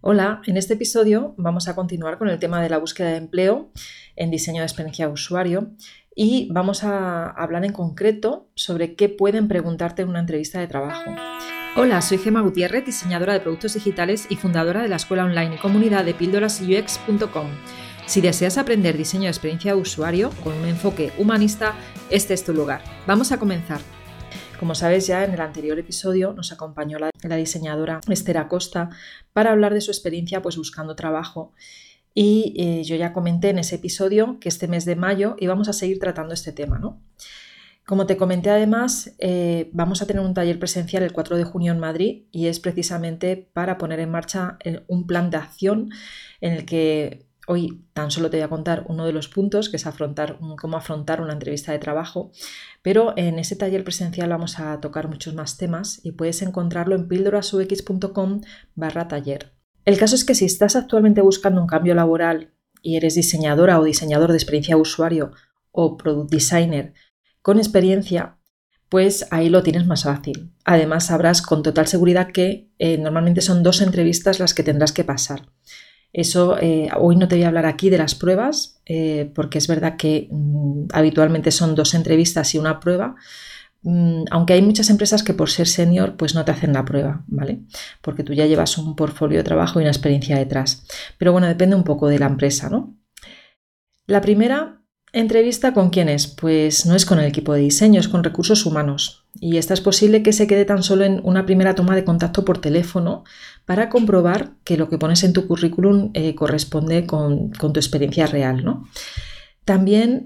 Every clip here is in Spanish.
Hola, en este episodio vamos a continuar con el tema de la búsqueda de empleo en diseño de experiencia de usuario y vamos a hablar en concreto sobre qué pueden preguntarte en una entrevista de trabajo. Hola, soy Gemma Gutiérrez, diseñadora de productos digitales y fundadora de la escuela online y comunidad de píldorasux.com. Si deseas aprender diseño de experiencia de usuario con un enfoque humanista, este es tu lugar. Vamos a comenzar. Como sabes, ya en el anterior episodio nos acompañó la diseñadora Esther Acosta para hablar de su experiencia buscando trabajo y yo ya comenté en ese episodio que este mes de mayo íbamos a seguir tratando este tema, ¿no? Como te comenté además, vamos a tener un taller presencial el 4 de junio en Madrid y es precisamente para poner en marcha un plan de acción en el que hoy tan solo te voy a contar uno de los puntos, que es cómo afrontar una entrevista de trabajo, pero en ese taller presencial vamos a tocar muchos más temas y puedes encontrarlo en píldorasux.com/taller. El caso es que si estás actualmente buscando un cambio laboral y eres diseñadora o diseñador de experiencia de usuario o product designer con experiencia, pues ahí lo tienes más fácil. Además sabrás con total seguridad que normalmente son 2 entrevistas las que tendrás que pasar. Eso, hoy no te voy a hablar aquí de las pruebas, porque es verdad que habitualmente son 2 entrevistas y una prueba, aunque hay muchas empresas que por ser senior pues no te hacen la prueba, ¿vale? Porque tú ya llevas un portfolio de trabajo y una experiencia detrás. Pero bueno, depende un poco de la empresa, ¿no? La primera entrevista, ¿con quién es? Pues no es con el equipo de diseño, es con recursos humanos. Y esta es posible que se quede tan solo en una primera toma de contacto por teléfono para comprobar que lo que pones en tu currículum corresponde con tu experiencia real, ¿no? También,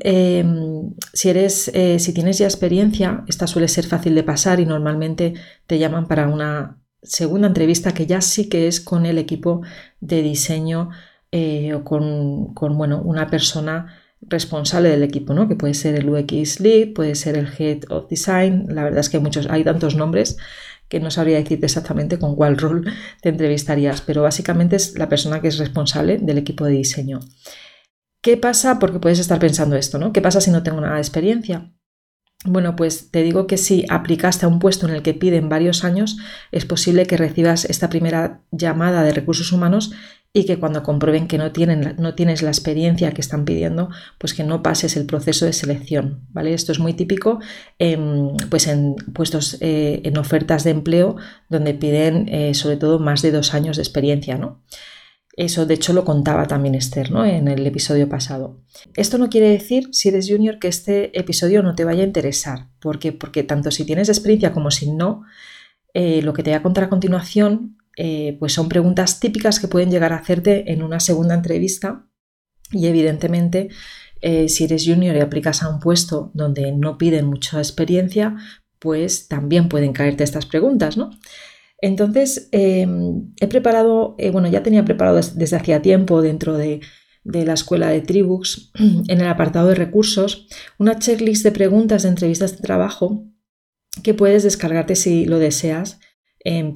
si tienes ya experiencia, esta suele ser fácil de pasar y normalmente te llaman para una segunda entrevista que ya sí que es con el equipo de diseño o con una persona responsable del equipo, ¿no? Que puede ser el UX Lead, puede ser el Head of Design. La verdad es que hay tantos nombres que no sabría decirte exactamente con cuál rol te entrevistarías, pero básicamente es la persona que es responsable del equipo de diseño. ¿Qué pasa? Porque puedes estar pensando esto, ¿no? ¿Qué pasa si no tengo nada de experiencia? Bueno, pues te digo que si aplicaste a un puesto en el que piden varios años, es posible que recibas esta primera llamada de recursos humanos y que cuando comprueben que no tienes la experiencia que están pidiendo, pues que no pases el proceso de selección, ¿vale? Esto es muy típico en puestos, en ofertas de empleo donde piden sobre todo más de 2 años de experiencia, ¿no? Eso, de hecho, lo contaba también Esther, ¿no? En el episodio pasado. Esto no quiere decir, si eres junior, que este episodio no te vaya a interesar. ¿Por qué? Porque tanto si tienes experiencia como si no, lo que te voy a contar a continuación pues son preguntas típicas que pueden llegar a hacerte en una segunda entrevista y evidentemente si eres junior y aplicas a un puesto donde no piden mucha experiencia, pues también pueden caerte estas preguntas, ¿no? Entonces, he preparado, ya tenía preparado desde hacía tiempo dentro de la escuela de Tribux, en el apartado de recursos, una checklist de preguntas de entrevistas de trabajo que puedes descargarte si lo deseas en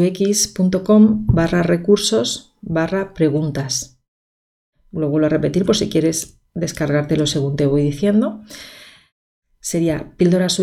píldorasux.com/recursos/preguntas. Lo vuelvo a repetir por si quieres descargártelo según te voy diciendo. Sería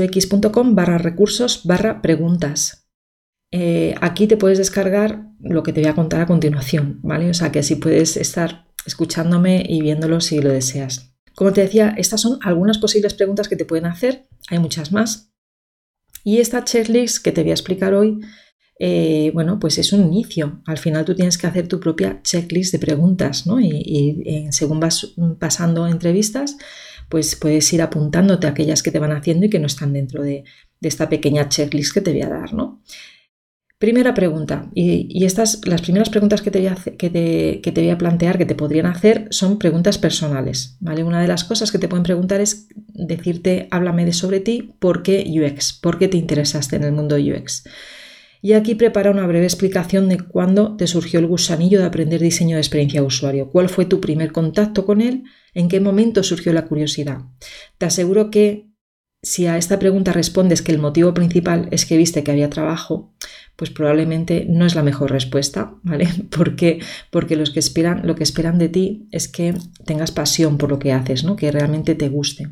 píldorasux.com/recursos/preguntas. Aquí te puedes descargar lo que te voy a contar a continuación, ¿vale? O sea que así puedes estar escuchándome y viéndolo si lo deseas. Como te decía, estas son algunas posibles preguntas que te pueden hacer, hay muchas más. Y esta checklist que te voy a explicar hoy, pues es un inicio. Al final tú tienes que hacer tu propia checklist de preguntas, ¿no? Y según vas pasando entrevistas, pues puedes ir apuntándote a aquellas que te van haciendo y que no están dentro de esta pequeña checklist que te voy a dar, ¿no? Primera pregunta, las primeras preguntas que te voy a plantear, que te podrían hacer, son preguntas personales, ¿vale? Una de las cosas que te pueden preguntar es decirte, háblame sobre ti, ¿por qué UX? ¿Por qué te interesaste en el mundo UX? Y aquí prepara una breve explicación de cuándo te surgió el gusanillo de aprender diseño de experiencia de usuario, cuál fue tu primer contacto con él, en qué momento surgió la curiosidad. Te aseguro que si a esta pregunta respondes que el motivo principal es que viste que había trabajo, pues probablemente no es la mejor respuesta, ¿vale? Porque lo que esperan de ti es que tengas pasión por lo que haces, ¿no? Que realmente te guste.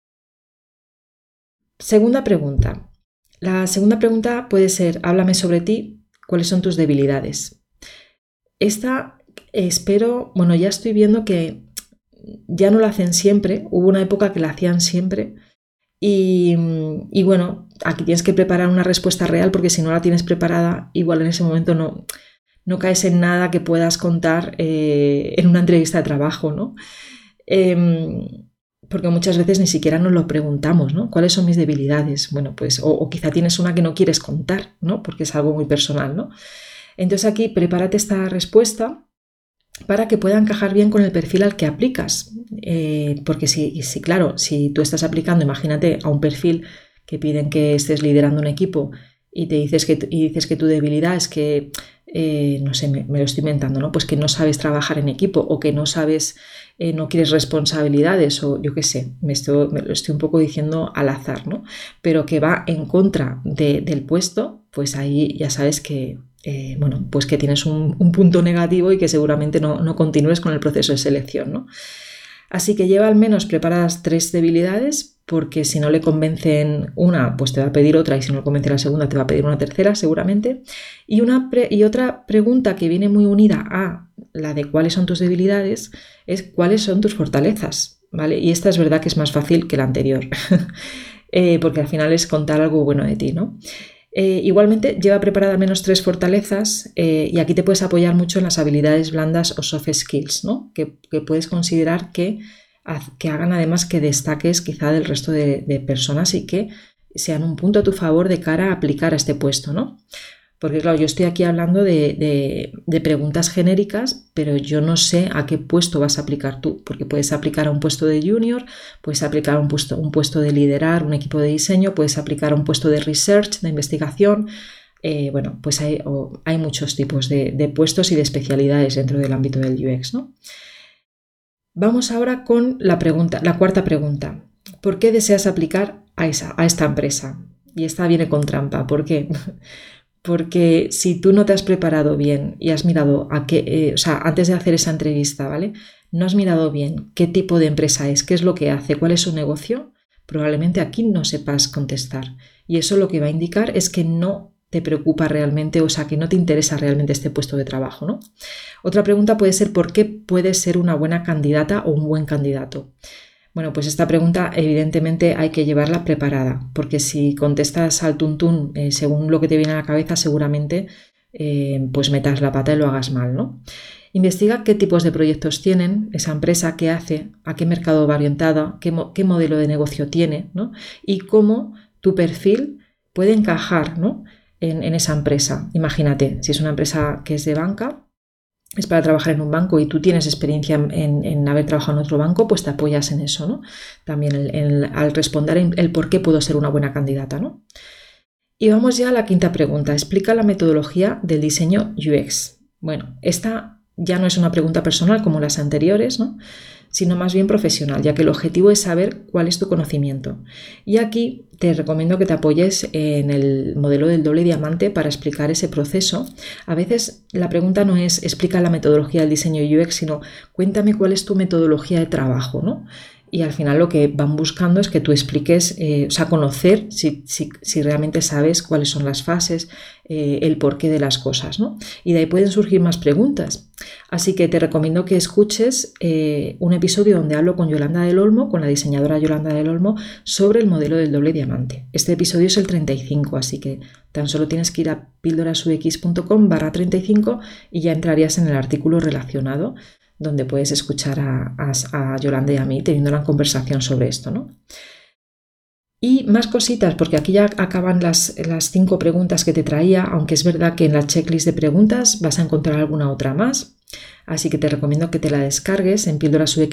Segunda pregunta. La segunda pregunta puede ser, háblame sobre ti, ¿cuáles son tus debilidades? Esta espero, bueno, ya estoy viendo que ya no la hacen siempre, hubo una época que la hacían siempre y bueno, aquí tienes que preparar una respuesta real porque si no la tienes preparada, igual en ese momento no caes en nada que puedas contar en una entrevista de trabajo, ¿no? Porque muchas veces ni siquiera nos lo preguntamos, ¿no? ¿Cuáles son mis debilidades? Bueno, pues, o quizá tienes una que no quieres contar, ¿no? Porque es algo muy personal, ¿no? Entonces aquí prepárate esta respuesta para que pueda encajar bien con el perfil al que aplicas. Porque claro, si tú estás aplicando, imagínate, a un perfil que piden que estés liderando un equipo y dices que tu debilidad es que, no sé, me lo estoy inventando, ¿no? Pues que no sabes trabajar en equipo o que no sabes, no quieres responsabilidades o yo qué sé, me lo estoy un poco diciendo al azar, ¿no? Pero que va en contra del puesto, pues ahí ya sabes que bueno, pues que tienes un punto negativo y que seguramente no continúes con el proceso de selección, ¿no? Así que lleva al menos preparadas 3 debilidades, porque si no le convencen una, pues te va a pedir otra, y si no le convence la segunda, te va a pedir una tercera seguramente. Y otra pregunta que viene muy unida a la de cuáles son tus debilidades es cuáles son tus fortalezas, ¿vale? Y esta es verdad que es más fácil que la anterior, porque al final es contar algo bueno de ti, ¿no? Igualmente lleva preparada al menos 3 fortalezas y aquí te puedes apoyar mucho en las habilidades blandas o soft skills, ¿no? que puedes considerar que hagan además que destaques quizá del resto de personas y que sean un punto a tu favor de cara a aplicar a este puesto, ¿no? Porque claro, yo estoy aquí hablando de preguntas genéricas, pero yo no sé a qué puesto vas a aplicar tú, porque puedes aplicar a un puesto de junior, puedes aplicar a un puesto de liderar un equipo de diseño, puedes aplicar a un puesto de research, de investigación. Bueno, pues hay muchos tipos de puestos y de especialidades dentro del ámbito del UX, ¿no? Vamos ahora con la cuarta pregunta. ¿Por qué deseas aplicar a esta empresa? Y esta viene con trampa. ¿Por qué? Porque si tú no te has preparado bien y has mirado antes de hacer esa entrevista, ¿vale? No has mirado bien qué tipo de empresa es, qué es lo que hace, cuál es su negocio, probablemente aquí no sepas contestar. Y eso lo que va a indicar es que no te preocupa realmente, o sea, que no te interesa realmente este puesto de trabajo, ¿no? Otra pregunta puede ser ¿por qué puedes ser una buena candidata o un buen candidato? Bueno, pues esta pregunta evidentemente hay que llevarla preparada, porque si contestas al tuntún según lo que te viene a la cabeza, seguramente pues metas la pata y lo hagas mal, ¿no? Investiga qué tipos de proyectos tienen esa empresa, qué hace, a qué mercado va orientada, qué modelo de negocio tiene, ¿no? Y cómo tu perfil puede encajar, ¿no? en esa empresa. Imagínate, si es una empresa que es de banca, es para trabajar en un banco y tú tienes experiencia en haber trabajado en otro banco, pues te apoyas en eso, ¿no? También al responder el por qué puedo ser una buena candidata, ¿no? Y vamos ya a la quinta pregunta. Explica la metodología del diseño UX. Bueno, esta ya no es una pregunta personal como las anteriores, ¿no? Sino más bien profesional, ya que el objetivo es saber cuál es tu conocimiento. Y aquí te recomiendo que te apoyes en el modelo del doble diamante para explicar ese proceso. A veces la pregunta no es explica la metodología del diseño UX, sino cuéntame cuál es tu metodología de trabajo, ¿no? Y al final lo que van buscando es que tú expliques, conocer si realmente sabes cuáles son las fases, el porqué de las cosas, ¿no? Y de ahí pueden surgir más preguntas. Así que te recomiendo que escuches un episodio donde hablo con Yolanda del Olmo, con la diseñadora Yolanda del Olmo, sobre el modelo del doble diamante. Este episodio es el 35, así que tan solo tienes que ir a pildorasux.com/35 y ya entrarías en el artículo relacionado, donde puedes escuchar a Yolanda y a mí teniendo una conversación sobre esto, ¿no? Y más cositas, porque aquí ya acaban las 5 preguntas que te traía, aunque es verdad que en la checklist de preguntas vas a encontrar alguna otra más. Así que te recomiendo que te la descargues en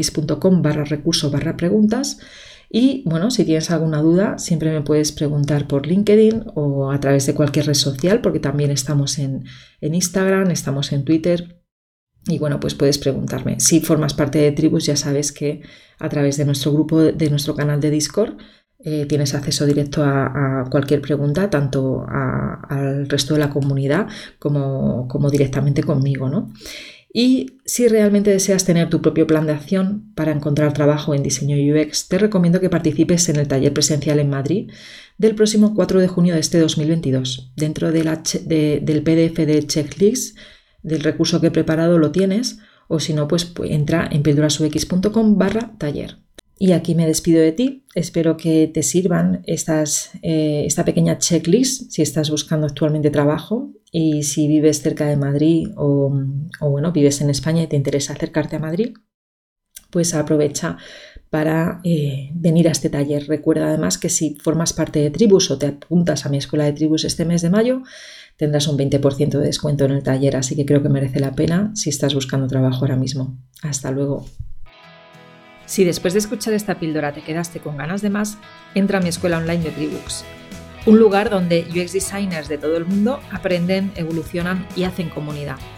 pildorasux.com/recurso/preguntas. Y bueno, si tienes alguna duda, siempre me puedes preguntar por LinkedIn o a través de cualquier red social, porque también estamos en Instagram, estamos en Twitter. Y bueno, pues puedes preguntarme. Si formas parte de Tribus, ya sabes que a través de nuestro grupo, de nuestro canal de Discord, tienes acceso directo a cualquier pregunta, tanto al resto de la comunidad como directamente conmigo, ¿no? Y si realmente deseas tener tu propio plan de acción para encontrar trabajo en diseño UX, te recomiendo que participes en el taller presencial en Madrid del próximo 4 de junio de este 2022. Dentro del PDF de checklist del recurso que he preparado lo tienes, o si no, pues entra en pildurasux.com/taller. Y aquí me despido de ti. Espero que te sirvan esta pequeña checklist si estás buscando actualmente trabajo y si vives cerca de Madrid o bueno, vives en España y te interesa acercarte a Madrid, pues aprovecha para venir a este taller. Recuerda además que si formas parte de Tribus o te apuntas a mi escuela de Tribus este mes de mayo, tendrás un 20% de descuento en el taller, así que creo que merece la pena si estás buscando trabajo ahora mismo. Hasta luego. Si después de escuchar esta píldora te quedaste con ganas de más, entra a mi escuela online de Tribux, un lugar donde UX designers de todo el mundo aprenden, evolucionan y hacen comunidad.